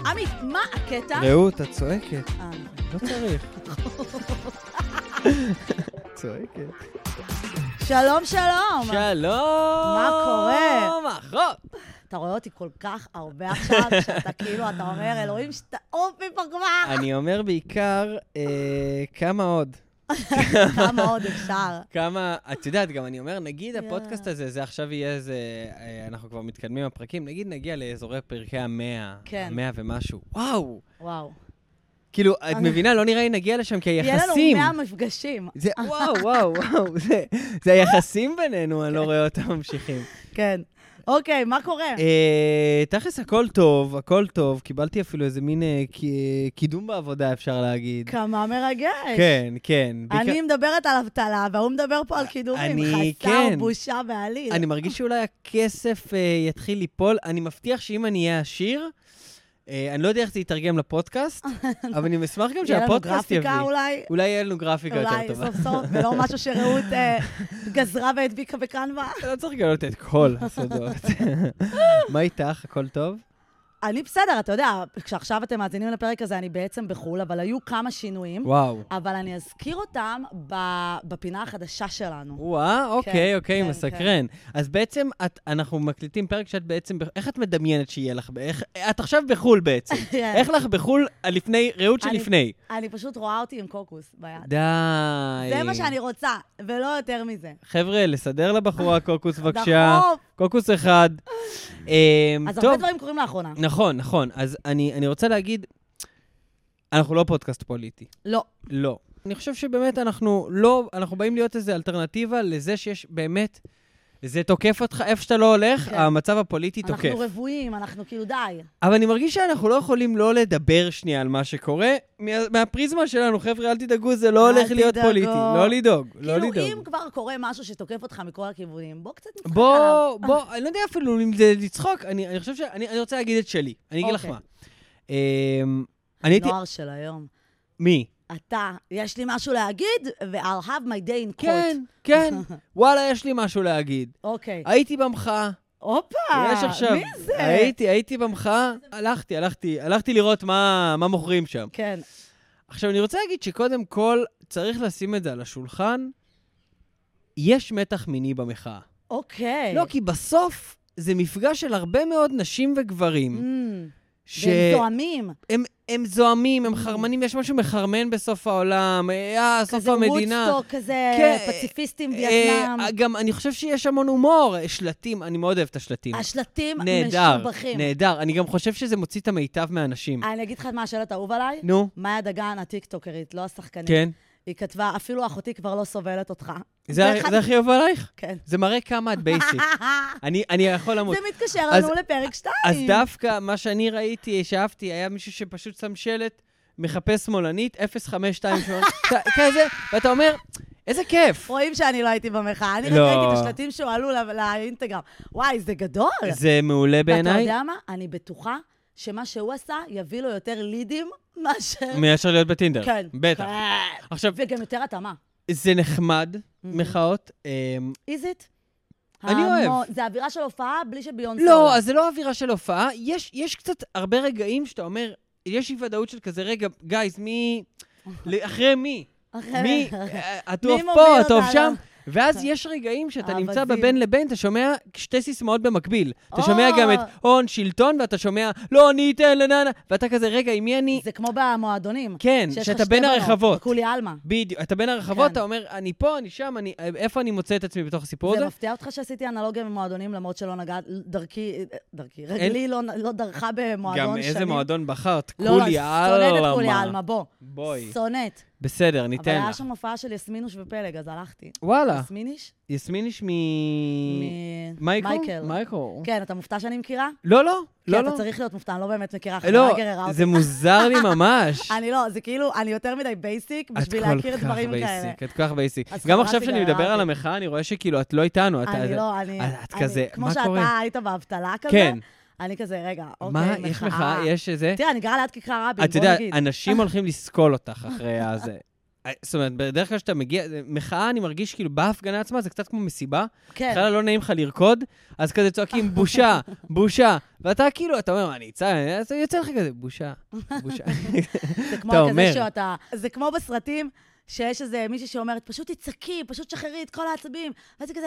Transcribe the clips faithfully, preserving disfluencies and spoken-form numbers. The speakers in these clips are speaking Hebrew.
עמית, מה הקטע? רעות, את צועקת. לא צריך. צועקת. שלום, שלום. שלום. מה קורה? מה אחות? אתה רואה אותי כל כך הרבה עכשיו, שאתה כאילו, אתה אומר, אלוהים, שאתה אופי פה כבר. אני אומר בעיקר, כמה עוד? כמה עוד אפשר. כמה, את יודעת, גם אני אומר, נגיד הפודקאסט הזה, זה עכשיו יהיה איזה, אנחנו כבר מתקדמים בפרקים, נגיד נגיע לאזורי פרקי המאה, המאה ומשהו. וואו. וואו. כאילו, את מבינה, לא נראה לי נגיע לשם, כי היחסים... יהיה לנו מאה מפגשים. וואו, וואו, וואו, זה היחסים בינינו, אני לא רואה אותם ממשיכים. כן. אוקיי, מה קורה? תכלס, הכל טוב, הכל טוב. קיבלתי אפילו איזה מין קידום בעבודה, אפשר להגיד. כמה מרגש. כן, כן. אני מדברת על אבטלה, והוא מדבר פה על קידומים. חסר בושה ועליל. אני מרגיש שאולי הכסף יתחיל ליפול. אני מבטיח שאם אני אהיה עשיר, אני לא יודע איך זה יתרגם לפודקאסט, אבל אני אשמח גם שהפודקאסט יביא. יהיה לנו גרפיקה אולי? אולי יהיה לנו גרפיקה יותר טובה. אולי סוף סוף, ולא משהו שרעות גזרה והדביקה בקנווה. לא צריך לגלות את כל הסודות. מה איתך? הכל טוב? אני בסדר, אתה יודע, כשעכשיו אתם מאזינים לפרק הזה, אני בעצם בחול, אבל היו כמה שינויים. וואו. אבל אני אזכיר אותם בפינה החדשה שלנו. וואו, אוקיי, אוקיי, מסקרן. אז בעצם אנחנו מקליטים פרק שאת בעצם, איך את מדמיינת שיהיה לך? את עכשיו בחול בעצם. איך לך בחול לפני, רעות שלפני? אני פשוט רואה אותי עם קוקוס ביד. די. זה מה שאני רוצה, ולא יותר מזה. חבר'ה, לסדר לבחורה קוקוס בבקשה. קוקוס אחד. אז הרבה דברים קורים לאחרונה. נכון, נכון. אז אני, אני רוצה להגיד, אנחנו לא פודקאסט פוליטי. לא. לא. אני חושב שבאמת אנחנו לא, אנחנו באים להיות איזו אלטרנטיבה לזה שיש באמת, זה תוקף אותך, איפה שאתה לא הולך, כן. המצב הפוליטי אנחנו תוקף. אנחנו רבועים, אנחנו כאילו די. אבל אני מרגיש שאנחנו לא יכולים לא לדבר שנייה על מה שקורה, מה, מהפריזמה שלנו, חבר'ה, אל תדאגו, זה לא הולך להיות תדאגו. פוליטי. לא לדאוג, כאילו, לא לדאוג. אם כבר קורה משהו שתוקף אותך מכל הכיוונים, בוא קצת נצחק בוא, עליו. בוא, אני לא יודע אפילו אם זה לצחוק, אני, אני חושב שאני אני רוצה להגיד את שלי. אני אגיד לך מה. הנוער של היום. מי? אתה, יש לי משהו להגיד, ו-I'll have my day in court. כן, כן. וואלה, יש לי משהו להגיד. אוקיי. הייתי במחאה. הופה, מי זה? הייתי, הייתי במחאה. הלכתי, הלכתי, הלכתי לראות מה, מה מוכרים שם. כן. עכשיו, אני רוצה להגיד שקודם כל, צריך לשים את זה על השולחן, יש מתח מיני במחאה. אוקיי. לא, כי בסוף זה מפגש של הרבה מאוד נשים וגברים. ש... והם זוהמים. הם, הם זוהמים, הם חרמנים, יש משהו מחרמן בסוף העולם, אה, סוף המדינה. כזה וודסטוק, כזה כן, פציפיסטים וייטנאם. אה, גם אני חושב שיש המון הומור, שלטים, אני מאוד אוהב את השלטים. השלטים נהדר, משובחים. נהדר, אני גם חושב שזה מוציא את המיטב מהאנשים. אני אגיד לך מה השאלת האהוב עליי? נו. מאיה דגן, הטיקטוקרית, לא השחקנית. כן. היא כתבה, אפילו אחותי כבר לא סובלת אותך. זה הכי אוהב עלייך? כן. זה מראה כמה את בייסיק. אני יכול למות. זה מתקשר לנו לפרק שתיים. אז דווקא מה שאני ראיתי, שאהבתי, היה מישהו שפשוט שם שלט, מחפש שמאלנית, אפס חמש שתיים שמונה, כזה, ואתה אומר, איזה כיף. רואים שאני לא הייתי במחאה. אני רק ראיתי את השלטים שהועלו לאינטגרם. וואי, זה גדול. זה מעולה בעיניי. ואתה יודע מה? אני בטוחה שמה שהוא עשה יביא לו יותר לידים מאשר... מאשר להיות בטינדר. כן. בטח. עכשיו... וגם יותר התאמה. זה נחמד, מחאות. is it? אני אוהב. זה אווירה של הופעה בלי שביונסה. לא, אז זה לא אווירה של הופעה. יש קצת הרבה רגעים שאתה אומר, יש אי ודאות של כזה רגע, גייז, מי... אחרי מי? מי? הטוב פה, הטוב שם. ואז יש רגעים שאתה נמצא בבין לבין, אתה שומע שתי סיסמאות במקביל. אתה שומע גם את הון, שלטון, ואתה שומע, לא, אני אתן לננה, ואתה כזה, רגע, עם מי אני... זה כמו במועדונים. כן, שאתה בין הרחבות. כולי אלמה. בדיוק, אתה בין הרחבות, אתה אומר, אני פה, אני שם, איפה אני מוצא את עצמי בתוך הסיפור הזה? זה מפתיע אותך שעשיתי אנלוגיה ממועדונים, למרות שלא נגעת, דרכי, דרכי, רגלי לא דרכה במועדון שנים. גם איזה מועדון בחרת? לא, לא, שונאת את כולי אלמה, בוא. בואי. שונאת. בסדר, ניתן לך. אבל היה שם הופעה של יסמינוש ופלג, אז הלכתי. וואלה. יסמיניש? יסמיניש מ... מייקל. מייקל. כן, אתה מופתע שאני מכירה? לא, לא. כי אתה צריך להיות מופתע, אני לא באמת מכירה. לא, זה מוזר לי ממש. אני לא, זה כאילו, אני יותר מדי בייסיק בשביל להכיר דברים כאלה. את כל כך בייסיק. גם עכשיו שאני מדבר על המחאה, אני רואה שכאילו, את לא איתנו. אני לא, אני... את כזה, מה קורה? כמו שאתה היית באבטלה כזה. כן. אני כזה, רגע, אוקיי, מחאה. מה, יש מחאה, יש איזה... תראה, אני גרה ליד כיכר רבין, בוא נגיד. את יודעת, אנשים הולכים לסקול אותך אחרי הזה. זאת אומרת, בדרך כלל שאתה מגיע, מחאה אני מרגיש כאילו בהפגנה עצמה, זה קצת כמו מסיבה. כן. בכלל לא נעים לך לרקוד, אז כזה צועקים בושה, בושה. ואתה כאילו, אתה אומר, אני אצא, אז יוצא לך כזה, בושה, בושה. זה כמו כזה שאתה, זה כמו בסרטים, שיש איזה מישהי שאומרת, פשוט תצעקי, פשוט שחררי את כל העצבים. ואז זה כזה,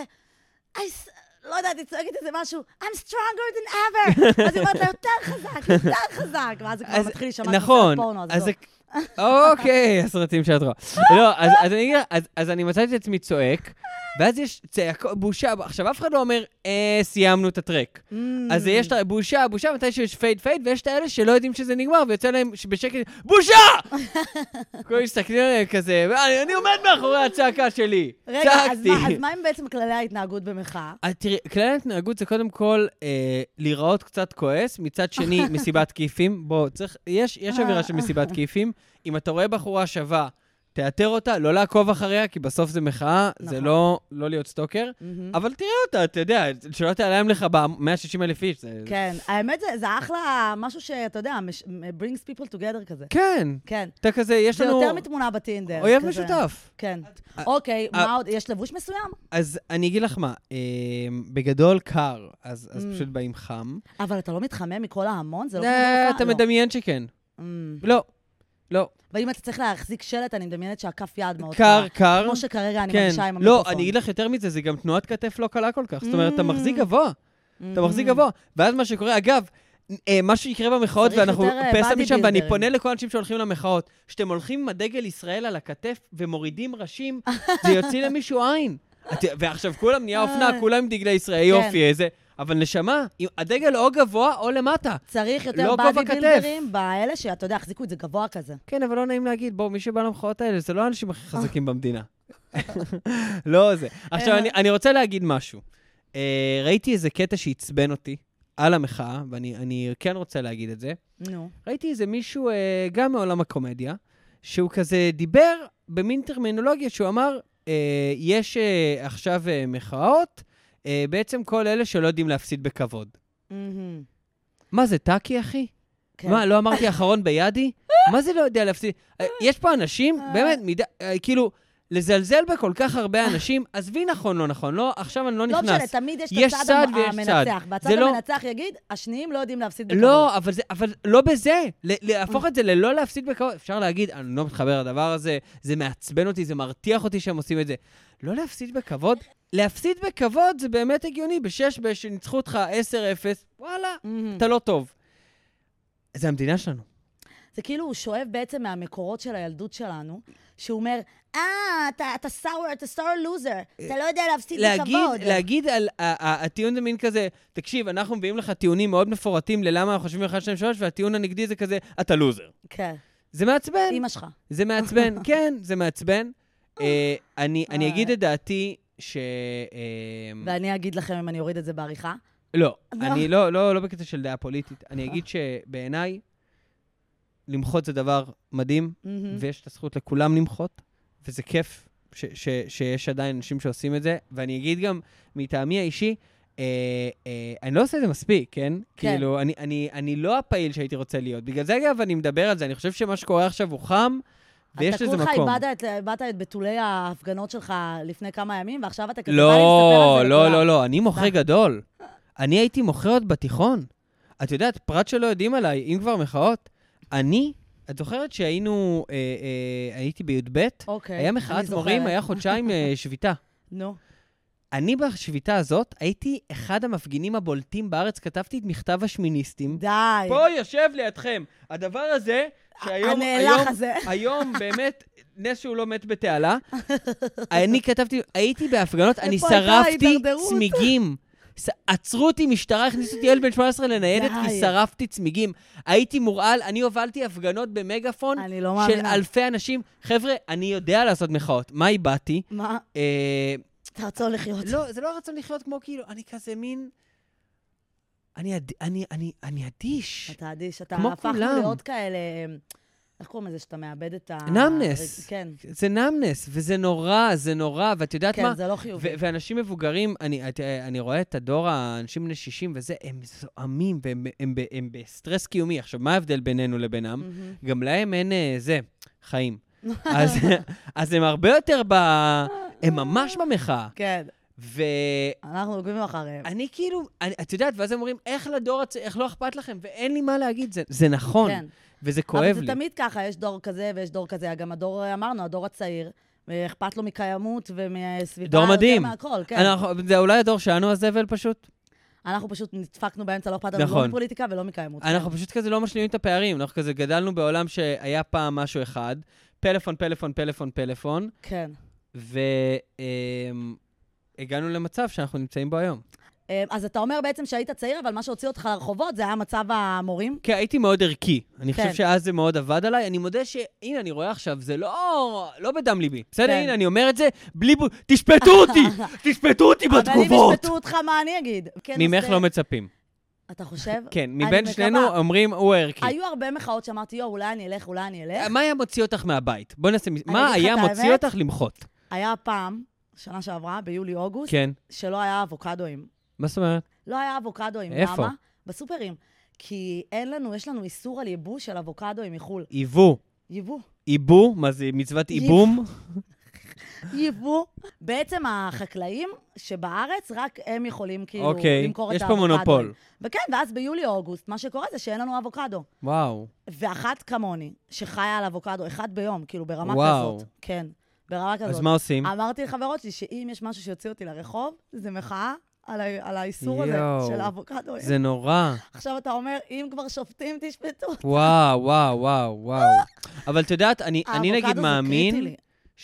לא יודעת, היא צועקת איזה משהו, I'm stronger than ever. אז היא אומרת לה, יותר חזק, יותר חזק. ואז זה כבר מתחיל לשמע כמו פורנו, אז לא. אוקיי, הסרטים שאת רואה. לא, אז אני אגיד, אז אני מצאתי את עצמי צועק, ואז יש צעקות, בושה, עכשיו אף אחד לא אומר, אה, סיימנו את הטרק. אז יש בושה, בושה, מתי שיש פייד פייד, ויש את האלה שלא יודעים שזה נגמר, ויוצא להם בשקט, בושה! כל מסתכלים עליהם כזה, אני עומד מאחורי הצעקה שלי. רגע, אז מה הם בעצם כללי ההתנהגות במחאה? תראי, כללי ההתנהגות זה קודם כל להיראות קצת כועס, מצד שני, מסיבת כיפים. בוא, צריך, יש אווירה של מסיבת כיפים. אם אתה רואה בחורה שווה, תיאטר אותה, לא לעקוב אחריה, כי בסוף זה מחאה, זה לא להיות סטוקר, אבל תראה אותה, אתה יודע, שלא תעלם לך ב-מאה ושישים אלף איש. כן, האמת זה אחלה, משהו שאתה יודע, brings people together כזה. כן. כן. אתה כזה, יש לנו... זה יותר מתמונה בטינדר. אויב משותף. כן. אוקיי, מה עוד? יש לבוש מסוים? אז אני אגיד לך מה, בגדול קר, אז פשוט באים חם. אבל אתה לא מתחמם מכל ההמון? זה לא כמו... אתה מדמיין שכן. לא. לא. ואם אתה צריך להחזיק שלט, אני מדמיינת שהכף יד מאוד קר, קר. כמו שכרגע אני מרגישה עם המיקרופון. לא, אני אגיד לך יותר מזה, זה גם תנועת כתף לא קלה כל כך. זאת אומרת, אתה מחזיק גבוה. אתה מחזיק גבוה. ואז מה שקורה, אגב, מה שיקרה במחאות, ואנחנו פסע משם, ואני פונה לכל אנשים שהולכים למחאות, שאתם הולכים עם הדגל ישראל על הכתף ומורידים ראשים, זה יוציא למישהו עין. ועכשיו כולם נהיה אופנה, כולם עם דגלי ישראל, יופי, איזה... אבל נשמה, הדגל או גבוה או למטה. צריך יותר באדי בילדרים באלה שאתה יודע, החזיקו את זה גבוה כזה. כן, אבל לא נעים להגיד, בואו, מי שבא למחאות האלה, זה לא האנשים הכי חזקים במדינה. לא זה. עכשיו, אני רוצה להגיד משהו. ראיתי איזה קטע שהצבן אותי על המחאה, ואני כן רוצה להגיד את זה. נו. ראיתי איזה מישהו, גם מעולם הקומדיה, שהוא כזה דיבר במין טרמינולוגיה, שהוא אמר, יש עכשיו מחאות, Uh, בעצם כל אלה שלא יודעים להפסיד בכבוד. Mm-hmm. מה זה, טאקי, אחי? כן. מה, לא אמרתי אחרון בידי? מה זה לא יודע להפסיד? uh, יש פה אנשים, באמת, מיד, uh, כאילו, לזלזל בכל כך הרבה אנשים, עזבי נכון, לא נכון, לא, עכשיו אני לא נכנס. לא משנה, תמיד יש, יש את הצד המנצח, והצד המנצח לא... יגיד, השניים לא יודעים להפסיד בכבוד. לא, אבל, זה, אבל לא בזה. להפוך את זה ללא להפסיד בכבוד. אפשר להגיד, אני לא מתחבר לדבר הזה, זה מעצבן אותי, זה מרתיח אותי שהם עושים את זה. לא להפסיד בכבוד? להפסיד בכבוד זה באמת הגיוני. בשש בש שניצחו אותך עשר אפס, וואלה, mm-hmm. אתה לא טוב. זה המדינה שלנו. זה כאילו הוא שואב בעצם מהמקורות של הילדות שלנו, שהוא אומר, אה, אתה, אתה סאור, אתה סאור לוזר, אתה לא יודע להפסיד להגיד, בכבוד. להגיד על הטיעון זה מין כזה, תקשיב, אנחנו מביאים לך טיעונים מאוד מפורטים ללמה אנחנו חושבים אחד, שתיים, שלוש, והטיעון הנגדי זה כזה, אתה לוזר. כן. זה מעצבן. אמא שלך. זה מעצבן, כן, זה מעצבן. אני אגיד את דעתי ש... ואני אגיד לכם אם אני אוריד את זה בעריכה? לא, אני לא, לא, לא בקטע של דעה פוליטית. אני אגיד שבעיניי, למחות זה דבר מדהים, ויש את הזכות לכולם למחות, וזה כיף ש- ש- שיש עדיין אנשים שעושים את זה, ואני אגיד גם מטעמי האישי, אה, אה, אני לא עושה את זה מספיק, כן? כן. כאילו, אני, אני, אני לא הפעיל שהייתי רוצה להיות. בגלל זה, אגב, אני מדבר על זה, אני חושב שמה שקורה עכשיו הוא חם, ויש לזה מקום. אתה כולך איבדת את בתולי ההפגנות שלך לפני כמה ימים, ועכשיו אתה כזה לא, בא לי לספר על זה לא, לא, לא, אני מוכר גדול. אני הייתי מוכר עוד בתיכון. את יודעת, פרט שלא יודעים עליי, אם כבר מחאות, אני, את זוכרת שהיינו, אה, אה, הייתי בי"ב, אוקיי, היה מחאת מורים, היה חודשיים אה, שביתה. נו. אני בשביתה הזאת הייתי אחד המפגינים הבולטים בארץ, כתבתי את מכתב השמיניסטים. די. פה יושב לידכם. הדבר הזה, שהיום, הנאלח היום, הזה. היום באמת, נס שהוא לא מת בתעלה, אני כתבתי, הייתי בהפגנות, אני שרפתי צמיגים. עצרו אותי, משטרה, הכניסו אותי ילד בן שמונה עשרה לניידת, כי שרפתי צמיגים. הייתי מורעל, אני הובלתי הפגנות במגפון של אלפי אנשים. חבר'ה, אני יודע לעשות מחאות. מה איבדתי? מה? את הרצון לחיות. לא, זה לא הרצון לחיות כמו כאילו, אני כזה מין... אני אדיש. אתה אדיש, אתה הפכנו להיות כאלה... איך קוראים לזה שאתה מאבד את ה... נאמנס. כן. זה נאמנס, וזה נורא, זה נורא, ואת יודעת מה? כן, זה לא חיובי. ואנשים מבוגרים, אני רואה את הדור, האנשים בני שישים וזה, הם זועמים, והם בסטרס קיומי. עכשיו, מה ההבדל בינינו לבינם? גם להם אין זה, חיים. אז, אז הם הרבה יותר ב... הם ממש במחאה. כן. ו... אנחנו עוקבים אחריהם. אני כאילו, אני, את יודעת, ואז הם אומרים, איך לדור, איך לא אכפת לכם? ואין לי מה להגיד, זה, זה נכון. כן. וזה כואב לי. אבל זה תמיד ככה, יש דור כזה ויש דור כזה. גם הדור, אמרנו, הדור הצעיר, ואכפת לו מקיימות ומסביבה. דור מדהים. מהכל, כן. אנחנו, זה אולי הדור שלנו הזבל פשוט? אנחנו פשוט נדפקנו באמצע, לא אכפת לנו לא מפוליטיקה ולא מקיימות. אנחנו פשוט כזה לא משלימים את הפערים. אנחנו כזה גדלנו בעולם שהיה פעם משהו אחד, פלאפון, פלאפון, פלאפון, פלאפון. כן. והגענו למצב שאנחנו נמצאים בו היום. אז אתה אומר בעצם שהיית צעיר, אבל מה שהוציא אותך לרחובות, זה היה מצב המורים? כן, הייתי מאוד ערכי. אני חושב שאז זה מאוד עבד עליי. אני מודה שהנה, אני רואה עכשיו, זה לא, לא בדם ליבי. בסדר, הנה, אני אומר את זה, בלי בו... תשפטו אותי! תשפטו אותי בתגובות! אבל אם ישפטו אותך, מה אני אגיד? ממך לא מצפים. אתה חושב? כן, מבין שנינו אומרים, הוא ערכי. היו הרבה מחאות שאמרתי, יו, אולי אני אלך, אולי אני אלך. מה היה מוציא אותך מהבית? בוא נעשה... מה היה מוציא אותך למחות? היה פעם, שנה שעברה, ביולי-אוגוסט, שלא היה אבוקדואים. מה זאת אומרת? לא היה אבוקדואים. איפה? למה? בסופרים. כי אין לנו, יש לנו איסור על ייבוא של אבוקדואים מחול. ייבוא. ייבוא. ייבוא? מה זה, מצוות ייבום? ייבוא. בעצם החקלאים שבארץ, רק הם יכולים כאילו אוקיי, למכור את יש האבוקדואים. פה מונופול. וכן, ואז ביולי-אוגוסט, מה שקורה זה שאין לנו אבוקדו. וואו. ואחת כמוני, שחיה על אבוקדו, אחד ביום, כאילו ברמה וואו. כזאת. כן, ברמה כזאת. אז מה עושים? אמרתי לחברות שלי שאם יש משהו שיוציא אותי לרחוב, זה מחאה. על, ה- על האיסור יו, הזה של האבוקדו. זה נורא. עכשיו אתה אומר, אם כבר שופטים, תשפטו. וואו, וואו, וואו, וואו. אבל את יודעת, אני, אני נגיד מאמין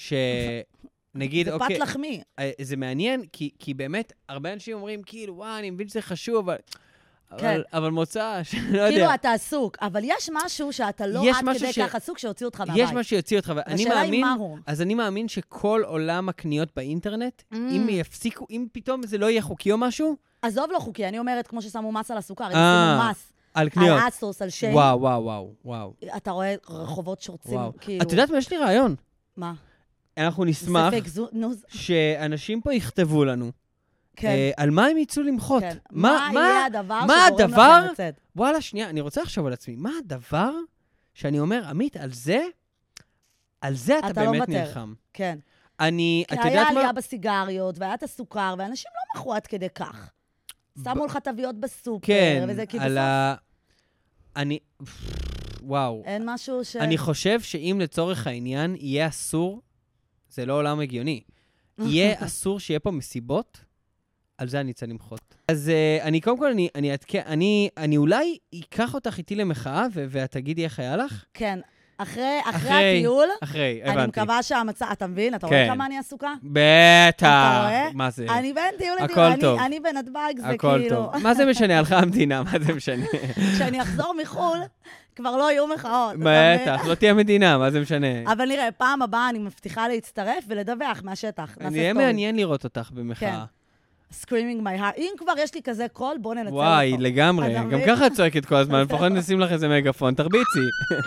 שנגיד, זה אוקיי, פת לחמי. זה מעניין, כי, כי באמת, הרבה אנשים אומרים, כאילו, וואו, אני מבין שזה חשוב, אבל... כן. אבל, אבל מוצא, שאני לא יודע. כאילו אתה עסוק, אבל יש משהו שאתה לא עד כדי ש... כך עסוק שהוציא אותך מהבית. יש משהו שיוציא אותך, ואני מאמין, מהו. אז אני מאמין שכל עולם הקניות באינטרנט, mm. אם יפסיקו, אם פתאום זה לא יהיה חוקי או משהו... עזוב לא חוקי, אני אומרת כמו ששמו מס על הסוכר, אם שמו מס על קניות. על אסוס, על שיין. וואו, וואו, וואו, וואו. אתה רואה רחובות שורצים, וואו. כאילו... את יודעת מה, יש לי רעיון. מה? אנחנו נשמח שאנשים פה יכתבו לנו. כן. על מה הם יצאו למחות? כן. מה, מה יהיה הדבר מה שגורם הדבר? לכם לצאת? וואלה, שנייה, אני רוצה לחשוב על עצמי. מה הדבר שאני אומר, עמית, על זה, על זה אתה, אתה באמת לא נלחם. כן. אני, את יודעת מה? כי היה עלייה בסיגריות, והיה את הסוכר, ואנשים לא מכרו עד כדי כך. שמו לך תוויות בסופר, כן, וזה כי על בסוף... ה... אני... וואו. אין משהו ש... אני חושב שאם לצורך העניין יהיה אסור, זה לא עולם הגיוני. יהיה אסור שיהיה פה מסיבות, על זה אני אצא למחות. אז uh, אני, קודם כל, אני, אני, אני, אני אולי אקח אותך איתי למחאה, ו- ואת תגידי איך היה לך? כן. אחרי, אחרי, אחרי הטיול, אחרי, הבנתי. אני מקווה שהמצע, אתה מבין? אתה כן. רואה כמה אני עסוקה? בטח. אתה רואה? מה זה? אני בין טיול לטיול, הכל אני, טוב. אני בנתב"ג, זה הכל כאילו... טוב. מה זה משנה? הלכה המדינה, מה זה משנה? כשאני אחזור מחול, כבר לא יהיו מחאות. בטח, לא תהיה מדינה, מה זה משנה? אבל נראה, פעם הבאה אני מבטיחה להצטרף ולדווח מהשטח. אני אהיה מעניין לראות אותך במחאה. כן. Screaming my heart. אם כבר יש לי כזה קול, בוא ננצל אותו. וואי, לגמרי. גם ככה את צועקת כל הזמן, לפחות נשים לך איזה מגפון, תרביצי.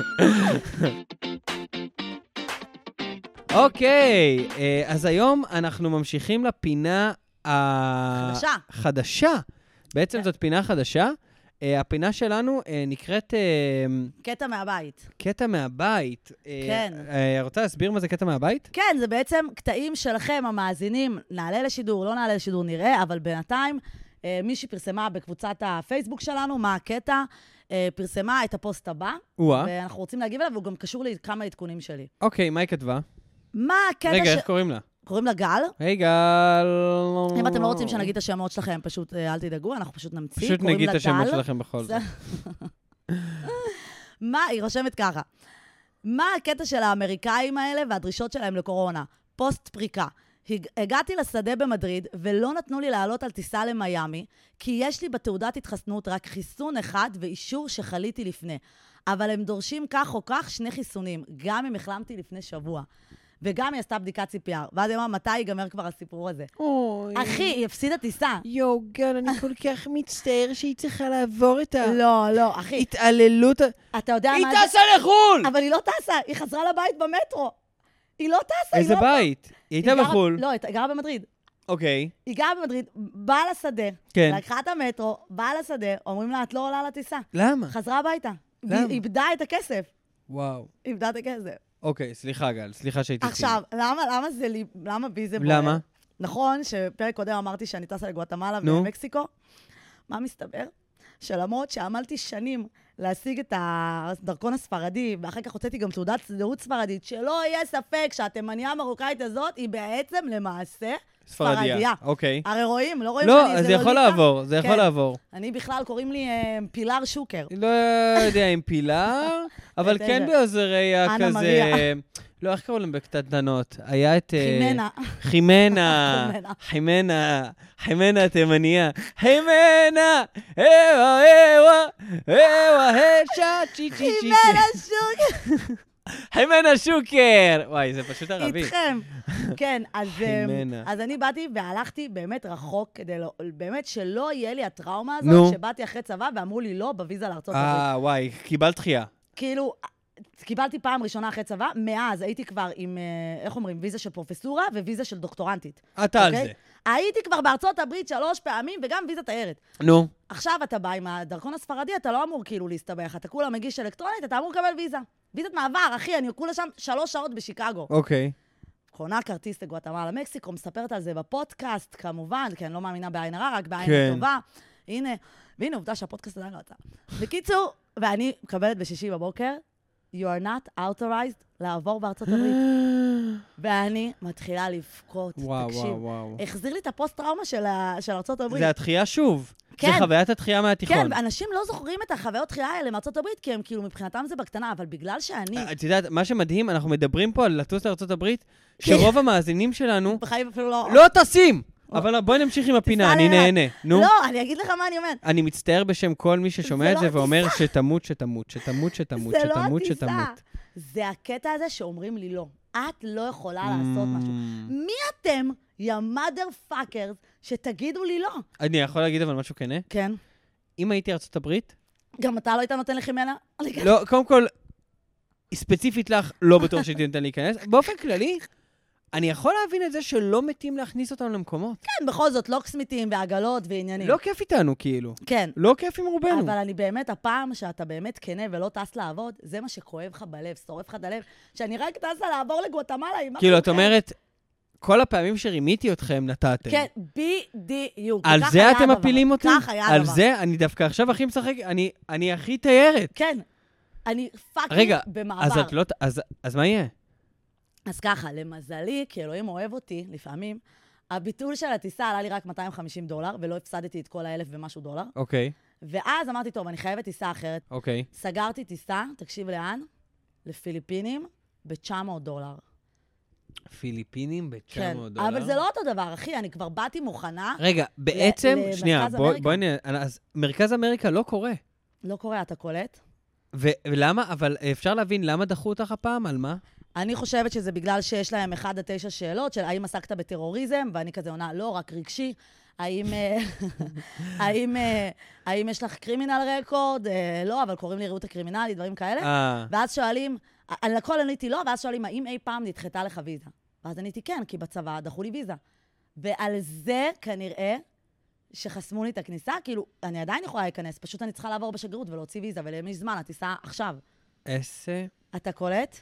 אוקיי, אז היום אנחנו ממשיכים לפינה חדשה. חדשה. בעצם זאת פינה חדשה. הפינה שלנו נקראת... קטע מהבית. קטע מהבית. כן. רוצה להסביר מה זה קטע מהבית? כן, זה בעצם קטעים שלכם, המאזינים, נעלה לשידור, לא נעלה לשידור, נראה, אבל בינתיים, מישהי פרסמה בקבוצת הפייסבוק שלנו, מה הקטע, פרסמה את הפוסט הבא, ואנחנו רוצים להגיב אליו, והוא גם קשור לכמה עדכונים שלי. אוקיי, מה היא כתבה? מה הקטע ש... רגע, איך קוראים לה? קוראים לה גל. היי גל. אם אתם לא רוצים שנגיד את השמות שלכם, פשוט אל תדאגו, אנחנו פשוט נמציא. פשוט נגיד את השמות שלכם בכל זאת. מה, היא רושמת ככה. מה הקטע של האמריקאים האלה והדרישות שלהם לקורונה? פוסט פריקה. הגעתי לשדה במדריד ולא נתנו לי לעלות על טיסה למיימי, כי יש לי בתעודת התחסנות רק חיסון אחד ואישור שחליתי לפני. אבל הם דורשים כך או כך שני חיסונים, גם אם החלמתי לפני שבוע. וגם היא עשתה בדיקת סי פי אר. ואז היא אמרה, מתי ייגמר כבר הסיפור הזה? אוי. אחי, היא הפסידה טיסה. יו, גל, אני כל כך מצטער שהיא צריכה לעבור את ה... לא, לא, אחי. התעללות... אתה יודע מה זה? היא טסה לחול! אבל היא לא טסה, היא חזרה לבית במטרו. היא לא טסה, איזה בית? היא הייתה בחול. לא, היא גרה במדריד. אוקיי. היא גרה במדריד, באה לשדה, לקחה את המטרו, באה לשדה, אומרים לה, את לא עולה לטיסה. למה? חזרה הביתה. היא איבדה את הכסף. וואו. איבדה את הכסף. אוקיי, סליחה, גל, סליחה שהייתי ציני. עכשיו, למה, למה זה לי, למה בי זה בוער? למה? נכון שפרק קודם אמרתי שאני טסה לגואטמלה ומקסיקו. מה מסתבר? שלמרות שעמלתי שנים להשיג את הדרכון הספרדי, ואחר כך הוצאתי גם תעודת זהות ספרדית, שלא יהיה ספק שהתימניה המרוקאית הזאת היא בעצם למעשה ספרדיה. אוקיי. הרי רואים, לא רואים לא, שאני... אז זה יכול לעבור, זה יכול לעבור. אני בכלל, קוראים לי פילר שוקר. לא יודע אם פילר, אבל כן באוזרי כזה... לא, איך קראו להם בקטנטנות? היה את... חימנה. חימנה. חימנה. חימנה תימניה. חימנה! אווה, אווה, אווה, השע, צ'י, צ'י, צ'י. חימנה שוקר. חימנה שוקר. וואי, זה פשוט ערבי. איתכם. כן, אז, אז אני באתי והלכתי באמת רחוק, כדי לא, באמת שלא יהיה לי הטראומה הזאת, נו. שבאתי אחרי צבא ואמרו לי לא בוויזה לארצות הברית. אה, וואי, קיבלת דחייה. כאילו... קיבלתי פעם ראשונה אחרי צבא, מאז הייתי כבר עם, איך אומרים, ויזה של פרופסורה וויזה של דוקטורנטית. אתה על זה. הייתי כבר בארצות הברית שלוש פעמים, וגם ויזה תיירת. נו. עכשיו אתה בא עם הדרכון הספרדי, אתה לא אמור כאילו להסתבך. אתה כולה מגיש אלקטרונית, אתה אמור לקבל ויזה. ויזת מעבר, אחי, אני כולה שם שלוש שעות בשיקגו. אוקיי. קונה כרטיס לגואטמלה למקסיקו, מספרת על זה בפודקאסט, כמובן, כי אני לא מאמינה בעין הרע, רק בעין הטובה. הנה, והנה, עובדה שהפודקאסט עדיין לא יצא. בקיצור, ואני מקבלת בשישי בבוקר, You are not authorized לעבור בארצות הברית. ואני מתחילה לבכות, תקשיב. החזיר לי את הפוסט-טראומה של ארצות הברית. זה התחייה שוב. זה חוויית התחייה מהתיכון. כן, ואנשים לא זוכרים את החוויות תחייה האלה מארצות הברית, כי הם כאילו מבחינתם זה בקטנה, אבל בגלל שאני... את יודעת, מה שמדהים, אנחנו מדברים פה על לטוס לארצות הברית, שרוב המאזינים שלנו... בחיים אפילו לא... לא טסים! אבל בואי נמשיך עם הפינה, אני נהנה. נו. לא, אני אגיד לך מה אני אומרת. אני מצטער בשם כל מי ששומע את זה ואומר שתמות, שתמות, שתמות, שתמות, שתמות, שתמות. זה הקטע הזה שאומרים לי לא. את לא יכולה לעשות משהו. מי אתם, יא mother fuckers, שתגידו לי לא? אני יכול להגיד אבל משהו כנה? כן. אם הייתי ארצות הברית... גם אתה לא היית נותן לכם ממנה? לא, קודם כל, ספציפית לך, לא בטוח שהייתי נותן להיכנס. באופן כללי... אני יכול להבין את זה שלא מתים להכניס אותנו למקומות. כן, בכל זאת, לוקסמיטים ועגלות ועניינים. לא כיף איתנו, כאילו. כן. לא כיף עם רובנו. אבל אני באמת, הפעם שאתה באמת כנה ולא טס לעבוד, זה מה שכואב לך בלב, שורף לך את הלב, שאני רק טסה לעבור לגואטמלה עם... כאילו, את אומרת, כל הפעמים שרימיתי אתכם נתתם. כן, בדיוק. על זה אתם מפילים אותי? כך היה דבר. על זה, אני דווקא עכשיו הכי משחק, אני הכי תיירת. כן. אני פאקינג במעבר. רגע, אז מה יהיה? אז ככה, למזלי, כי אלוהים אוהב אותי, לפעמים, הביטול של הטיסה עלה לי רק מאתיים וחמישים דולר, ולא הפסדתי את כל האלף ומשהו דולר. אוקיי. ואז אמרתי, טוב, אני חייבת טיסה אחרת. אוקיי. סגרתי טיסה, תקשיב לאן? לפיליפינים, ב-תשע מאות דולר. פיליפינים ב-תשע מאות דולר? אבל זה לא אותו דבר, אחי, אני כבר באתי מוכנה. רגע, בעצם, שנייה, בואי נראה, אז מרכז אמריקה לא קורה. לא קורה, אתה קולט? ולמה? אבל אפשר להבין למה דחו אותך הפעם? על מה? אני חושבת שזה בגלל שיש להם אחד עד תשע שאלות, של האם עסקת בטרוריזם, ואני כזה עונה, לא, רק רגשי. האם, האם, האם יש לך קרימינל רקורד? לא, אבל קוראים לי ראות הקרימינלית, דברים כאלה. ואז שואלים, על הכל עניתי לא, ואז שואלים, האם אי פעם נדחתה לך ויזה? ואז עניתי כן, כי בצבא דחו לי ויזה. ועל זה כנראה שחסמו לי את הכניסה, כאילו, אני עדיין יכולה להיכנס, פשוט אני צריכה לעבור בשגרירות ולהוציא ויזה, ולמי זמן, הטיסה עכשיו. איזה? אתה קולט?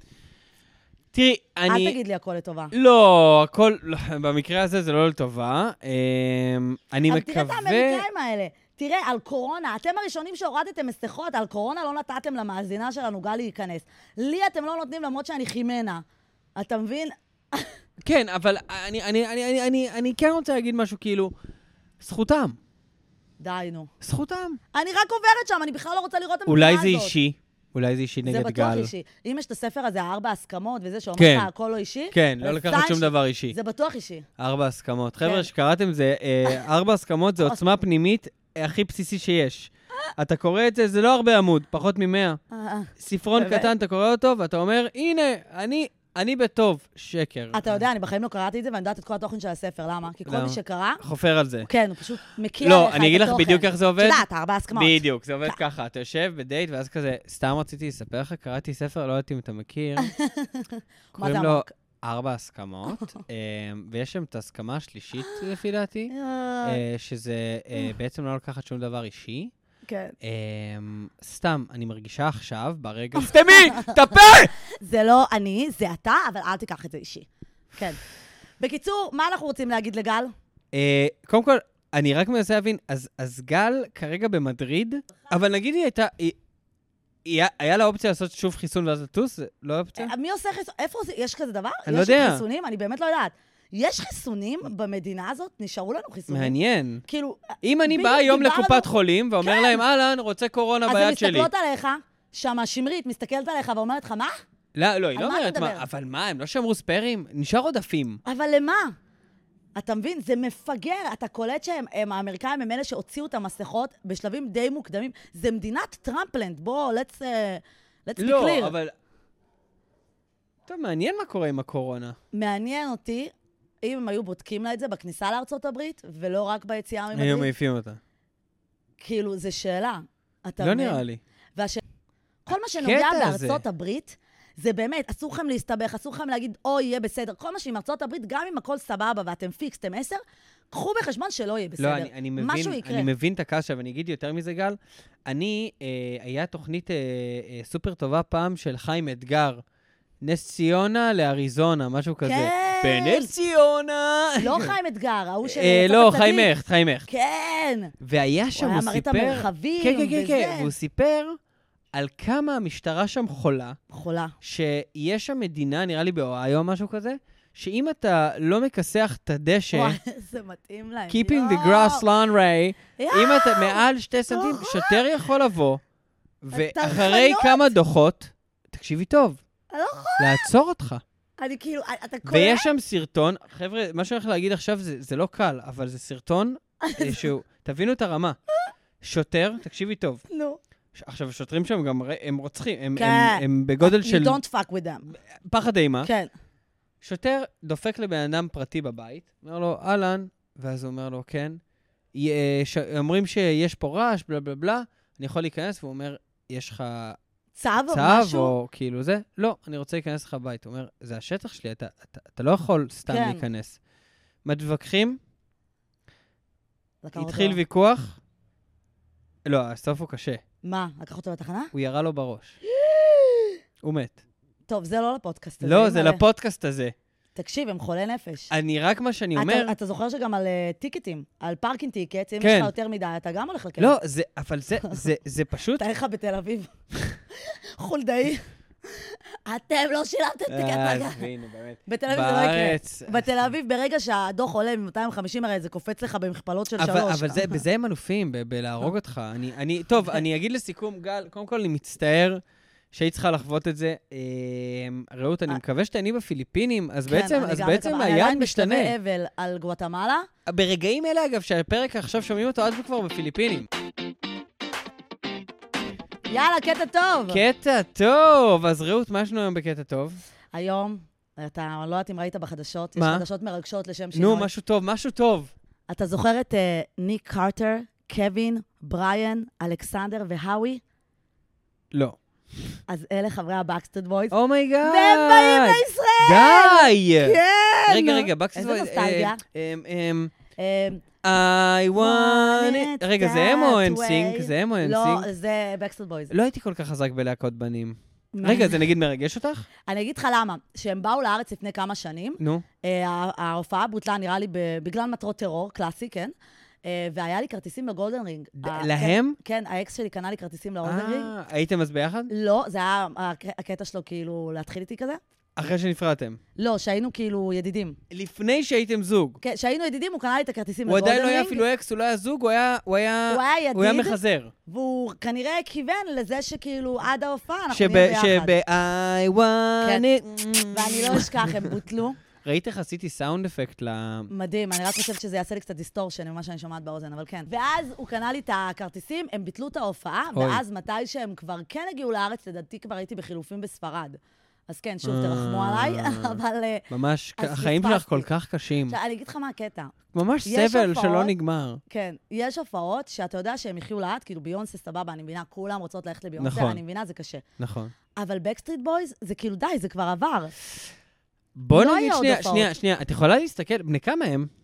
תראי, אני... אל תגיד לי הכל לטובה. לא, הכל... במקרה הזה זה לא לטובה. אני מקווה... אבל תראה את האמריקאים האלה. תראה, על קורונה, אתם הראשונים שהורדתם מסכות, על קורונה לא נתתם למאזינה שלנו גל להיכנס. לי אתם לא נותנים למרות שאני חימנה. אתה מבין? כן, אבל אני, אני, אני, אני, אני כן רוצה להגיד משהו, כאילו, זכותם. די, נו. זכותם. אני רק עוברת שם, אני בכלל לא רוצה לראות את המדינה הזאת. אולי זה אישי. אולי זה אישי נגד גל. זה בטוח אישי. אם יש את הספר הזה, ארבע הסכמות, וזה שאומר לך הכל לא אישי. כן, לא לקחת שום דבר אישי. זה בטוח אישי. ארבע הסכמות. חבר'ה, שקראתם זה, ארבע הסכמות זה עוצמה פנימית הכי בסיסי שיש. אתה קורא את זה, זה לא הרבה עמוד, פחות ממאה. ספרון קטן, אתה קורא אותו, ואתה אומר, הנה, אני... אני בטוב, שקר. אתה יודע, אני בחיים לא קראתי את זה, ואני יודעת את כל התוכן של הספר. למה? כי כל מי שקרא... חופר על זה. כן, הוא פשוט מכיר עליך את התוכן. לא, אני אגיד לך בדיוק איך זה עובד. שדעת, ארבע הסכמות. בדיוק, זה עובד ככה. אתה יושב בדייט, ואז כזה, סתם רציתי לספר לך, קראתי ספר, לא יודעת אם אתה מכיר. קוראים לו ארבע הסכמות, ויש שם את ההסכמה השלישית, לפי דעתי, שזה בעצם לא לקחת שום דבר אישי. כן. סתם, אני מרגישה עכשיו, ברגע... סתמי! תפה! זה לא אני, זה אתה, אבל אל תיקח את זה אישי. כן. בקיצור, מה אנחנו רוצים להגיד לגל? קודם כל, אני רק מנסה להבין, אז גל כרגע במדריד, אבל נגיד היא הייתה... היה לה אופציה לעשות שוב חיסון ואז לטוס? זה לא אופציה? מי עושה חיסון? איפה זה? יש כזה דבר? אני לא יודע. יש חיסונים? אני באמת לא יודעת. יש חיסונים במדינה הזאת? נשארו לנו חיסונים? מעניין. כאילו... אם אני באה היום לקופת חולים ואומר להם, אהלן, רוצה קורונה ביד שלי. אז הן מסתכלות עליך, שמה שמרית מסתכלת עליך ואומרת לך, מה? לא, לא, היא לא אומרת מה. אבל מה, הם לא שמרו ספיירים? נשאר עודפים. אבל למה? אתה מבין? זה מפגר. אתה קולט שהם, האמריקאים, הם אלה שהוציאו את המסכות בשלבים די מוקדמים. זה מדינת טראמפלנד. בוא, let's, uh, let's be clear. לא, אבל... טוב, מעניין מה קורה עם הקורונה. מעניין אותי, אם הם היו בודקים לה את זה בכניסה לארצות הברית, ולא רק ביציאה ממדריד. היו מעיפים אותה. כאילו, זו שאלה. אתה לא נראה לי. והש... כל מה שנוגע בארצות הברית, זה באמת, אסור לכם להסתבך, אסור לכם להגיד, אוי, יהיה בסדר. כל מה שעם ארצות הברית, גם אם הכל סבבה ואתם פיקס, אתם עשר, קחו בחשבון שלא יהיה בסדר. לא, אני, אני מבין, משהו יקרה. אני מבין את הקשה, ואני אגיד יותר מזה, גל. אני, אה, היה תוכנית אה, אה, סופר טובה פעם של חיים אתגר. נס ציונה לאריזונה, משהו כזה. כן. בנס ציונה. לא חיים אתגר, ההוא של... אה, לא, חיים echt, חיים echt. כן. והיה שם, הוא סיפר... הוא היה מראה את המרחבים, כן, כן, כן, כן, והוא סיפר... על כמה המשטרה שם חולה. חולה. שיש שם מדינה, נראה לי באוהיו או משהו כזה, שאם אתה לא מכסח את הדשא... וואי, זה מתאים להם. Keeping the grass laundry, אם אתה מעל שתי סנטים, שוטר יכול לבוא, ואחרי כמה דוחות, תקשיבי טוב, לעצור אותך. אני כאילו, אתה קולט? ויש שם סרטון, חבר'ה, מה שאני הולך להגיד עכשיו זה לא קל, אבל זה סרטון שהוא, תבינו את הרמה. שוטר, תקשיבי טוב. נו. עכשיו, השוטרים שם גם, הם רוצחים, הם, כן. הם, הם בגודל של... You don't fuck with them. פחד אימה. כן. שוטר דופק לבן אדם פרטי בבית, אומר לו, אהלן, ואז הוא אומר לו, כן. ש... אומרים שיש פה רעש, בלה בלה בלה, אני יכול להיכנס, והוא אומר, יש לך... צו או צו משהו? או כאילו זה? לא, אני רוצה להיכנס לך בית. הוא אומר, זה השטח שלי, אתה, אתה, אתה לא יכול סתם כן. להיכנס. מתווכחים, התחיל אותו. ויכוח, לא, הסוף הוא קשה. מה? לקח אותו לתחנה? הוא ירה לו בראש. הוא מת. טוב, זה לא לפודקאסט הזה. לא, זה מלא. לפודקאסט הזה. תקשיב, הם חולי נפש. אני רק מה שאני אומר... אתה, אתה זוכר שגם על uh, טיקטים, על פארקינג טיקט, אם כן. יש לך יותר מדי, אתה גם הולך לכלא. לא, זה, אבל זה, זה, זה פשוט... תאר לך בתל אביב. חולדאי. אתם לא שילמתם טיקט רגע. בתל אביב זה לא יקרה. בתל אביב, ברגע שהדוח עולה מ-מאתיים וחמישים, הרי זה קופץ לך במכפלות של שלוש. אבל זה, בזה הם אלופים, בלהרוג אותך. אני, אני, טוב, אני אגיד לסיכום, גל, קודם כל אני מצטער שהיא צריכה לחוות את זה. רעות, אני מקווה שתעני בפיליפינים, אז בעצם, אז בעצם היד משתנה. אני עדיין משתווה אבל על גואטמלה. ברגעים אלה, אגב, שהפרק עכשיו שומעים אותו, אז כבר בפיליפינים. יאללה, קטע טוב. קטע טוב. אז רעות, מה ישנו היום בקטע טוב? היום, אתה לא יודעת אם ראית בחדשות, יש חדשות מרגשות לשם שינוי. נו, משהו טוב, משהו טוב. אתה זוכר את ניק קארטר, קווין, בריאן, אלכסנדר והאווי? לא. אז אלה חברי הבקסטריט בויז. אומייגאד. והם באים לישראל. די. כן. רגע, רגע, בקסטריט בויז. איזה נוסטלגיה. I want it. רגע, זה הם או אנסינק? זה הם או אנסינק? לא, זה בקסטריט בויז. לא הייתי כל כך חזק בלהקות בנים. רגע, זה נגיד מרגש אותך? אני אגיד לך למה. שהם באו לארץ לפני כמה שנים. נו. ההופעה בוטלה נראה לי בגלל מטרות טרור, קלאסי, כן? והיה לי כרטיסים לגולדן רינג. להם? כן, האקס שלי קנה לי כרטיסים לגולדן רינג. הייתם אז ביחד? לא, זה היה הקטע שלו כאילו להתחיל איתי כזה. אחרי שנפרדתם? לא, שהיינו כאילו ידידים. לפני שהייתם זוג? כן, שהיינו ידידים, הוא קנה לי את הכרטיסים לגולדן רינג. הוא עדיין לא היה אפילו אקס, הוא לא היה זוג, הוא היה... הוא היה ידיד. הוא היה מחזר. והוא כנראה כיוון לזה שכאילו עד ההופעה אנחנו נהיה ביחד. שב-I want it... ואני לא אשכח, הם בוטלו. ראית איך עשיתי סאונד אפקט ל... מדהים, אני רק חושבת שזה יעשה לי קצת דיסטורשן ממה שאני שומעת באוזן, אבל כן. ואז הוא קנה לי את הכרטיסים, הם ביטלו את ההופעה, ואז מתי שהם כבר כן הגיעו לארץ, לדעתי כבר הייתי בחילופים בספרד. אז כן, שוב, תרחמו עליי, אבל... ממש, החיים שלך כל כך קשים. אני אגיד לך מה הקטע. ממש סבל שלא נגמר. כן, יש הופעות שאתה יודע שהם יחיו לאט, כאילו ביונסה סבבה, אני מבינה, כולם רוצות ללכת לביונסה, אני מבינה, זה קשה. נכון. אבל בקסטריט בויז, זה כאילו די, זה כבר עבר. בוא נגיד, שנייה, שנייה, שנייה, את יכולה להסתכל, בני כמה הם?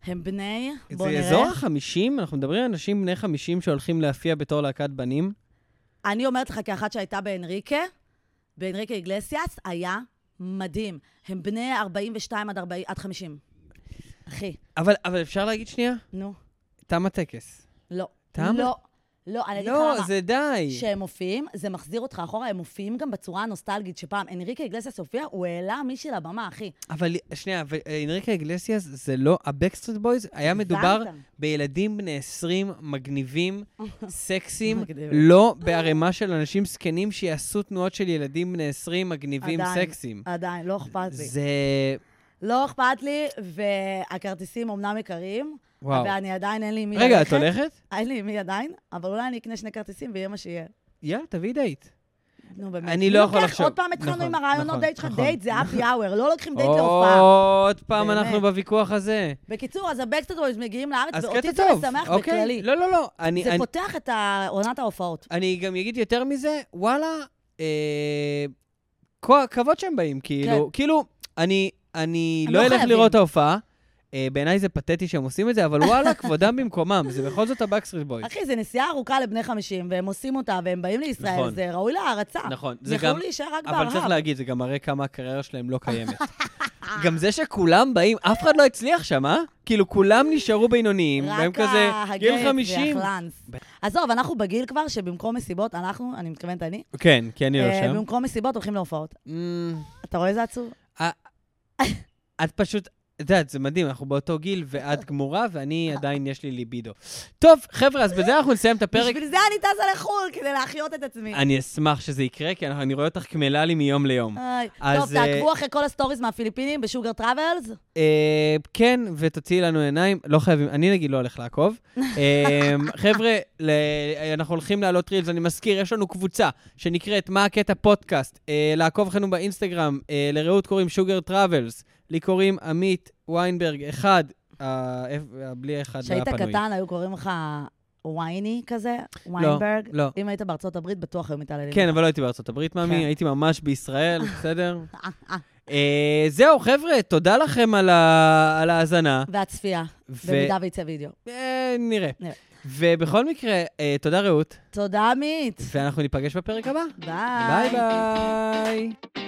הם בני, בוא נראה. זה אזור ה-חמישים, אנחנו מדברים על אנשים בני חמישים שהולכים להפיע בתור להקת בנים. אני אומרת לך, כאחת שהייתה באנריקה, באנריקה איגלסיאס, היה מדהים. הם בני ארבעים ושתיים עד ארבעים, עד חמישים. אחי. אבל, אבל אפשר להגיד שנייה? נו. תם הטקס. לא. תם? לא. לא, אני אגיד לך לא, למה. זה די. שהם מופיעים, זה מחזיר אותך אחורה, הם מופיעים גם בצורה הנוסטלגית, שפעם אנריקה איגלסיאס הופיע, הוא העלה מישהי לבמה, אחי. אבל שנייה, אנריקה איגלסיאס זה לא, הבקסטריט בויז היה מדובר בילדים בני עשרים מגניבים, סקסים, לא בערימה של אנשים סקנים שיעשו תנועות של ילדים בני עשרים מגניבים, סקסים. עדיין, לא אכפת לי. זה... לא אכפת לי, והכרטיסים אומנם יקרים, ואני עדיין אין לי מי רגע, את הולכת? אין לי מי עדיין, אבל אולי אני אקנה שני כרטיסים ויהיה מה שיהיה. יאללה, תביא דייט. נו, באמת. אני לא יכול לחשוב. עוד פעם התחלנו עם הרעיונות דייט שלך, דייט זה אפי אאואר, לא לוקחים דייט להופעה. עוד פעם אנחנו בוויכוח הזה. בקיצור, אז הבקסטריט בויז מגיעים לארץ, ואותי זה משמח בכללי. לא, לא, לא. זה פותח את עונת ההופעות. אני גם אגיד יותר מזה, וואלה, כבוד שהם באים, כאילו, כאילו, אני לא אלך לראות את ההופעה, בעיניי זה פתטי שהם עושים את זה, אבל וואלה, כבודם במקומם, זה בכל זאת הבקסטריט בויז. אחי, זה נסיעה ארוכה לבני חמישים, והם עושים אותה, והם באים לישראל, זה ראוי להערצה. נכון. זה יכולו להישאר רק בארהב. אבל צריך להגיד, זה גם מראה כמה הקריירה שלהם לא קיימת. גם זה שכולם באים, אף אחד לא הצליח שם, אה? כאילו, כולם נשארו בינוניים, והם כזה, גיל חמישים. עזוב, אנחנו בגיל כבר, שבמקום מסיבות, אנחנו, אני מתכוונת אני. כן, כי אני לא שם. במקום מסיבות הולכים להופעות. אתה רואה איזה עצוב? את פשוט... את יודעת, זה מדהים, אנחנו באותו גיל ואת גמורה, ואני עדיין יש לי ליבידו. טוב, חבר'ה, אז בזה אנחנו נסיים את הפרק. בשביל זה אני טסה לחול, כדי להחיות את עצמי. אני אשמח שזה יקרה, כי אני רואה אותך כמלה לי מיום ליום. טוב, תעקבו אחרי כל הסטוריז מהפיליפינים בשוגר טראבלס? כן, ותוציאי לנו עיניים. לא חייבים, אני נגיד לא הולך לעקוב. חבר'ה, אנחנו הולכים לעלות רילס, אני מזכיר, יש לנו קבוצה שנקראת מה הקטע פודקאסט. לעקוב אחרינו באינסטגרם, לראות קוראים שוגר טראבלס. לי קוראים עמית ויינברג, אחד, בלי אחד לא היה פנוי. שהיית קטן, היו קוראים לך וייני כזה, ויינברג? לא, לא. אם היית בארצות הברית, בטוח היו מתעללים. כן, אבל לא הייתי בארצות הברית, מאמי, הייתי ממש בישראל, בסדר? זהו, חבר'ה, תודה לכם על ההאזנה. והצפייה, במידה ויצא וידאו. נראה. ובכל מקרה, תודה רעות. תודה עמית. ואנחנו ניפגש בפרק הבא. ביי. ביי ביי.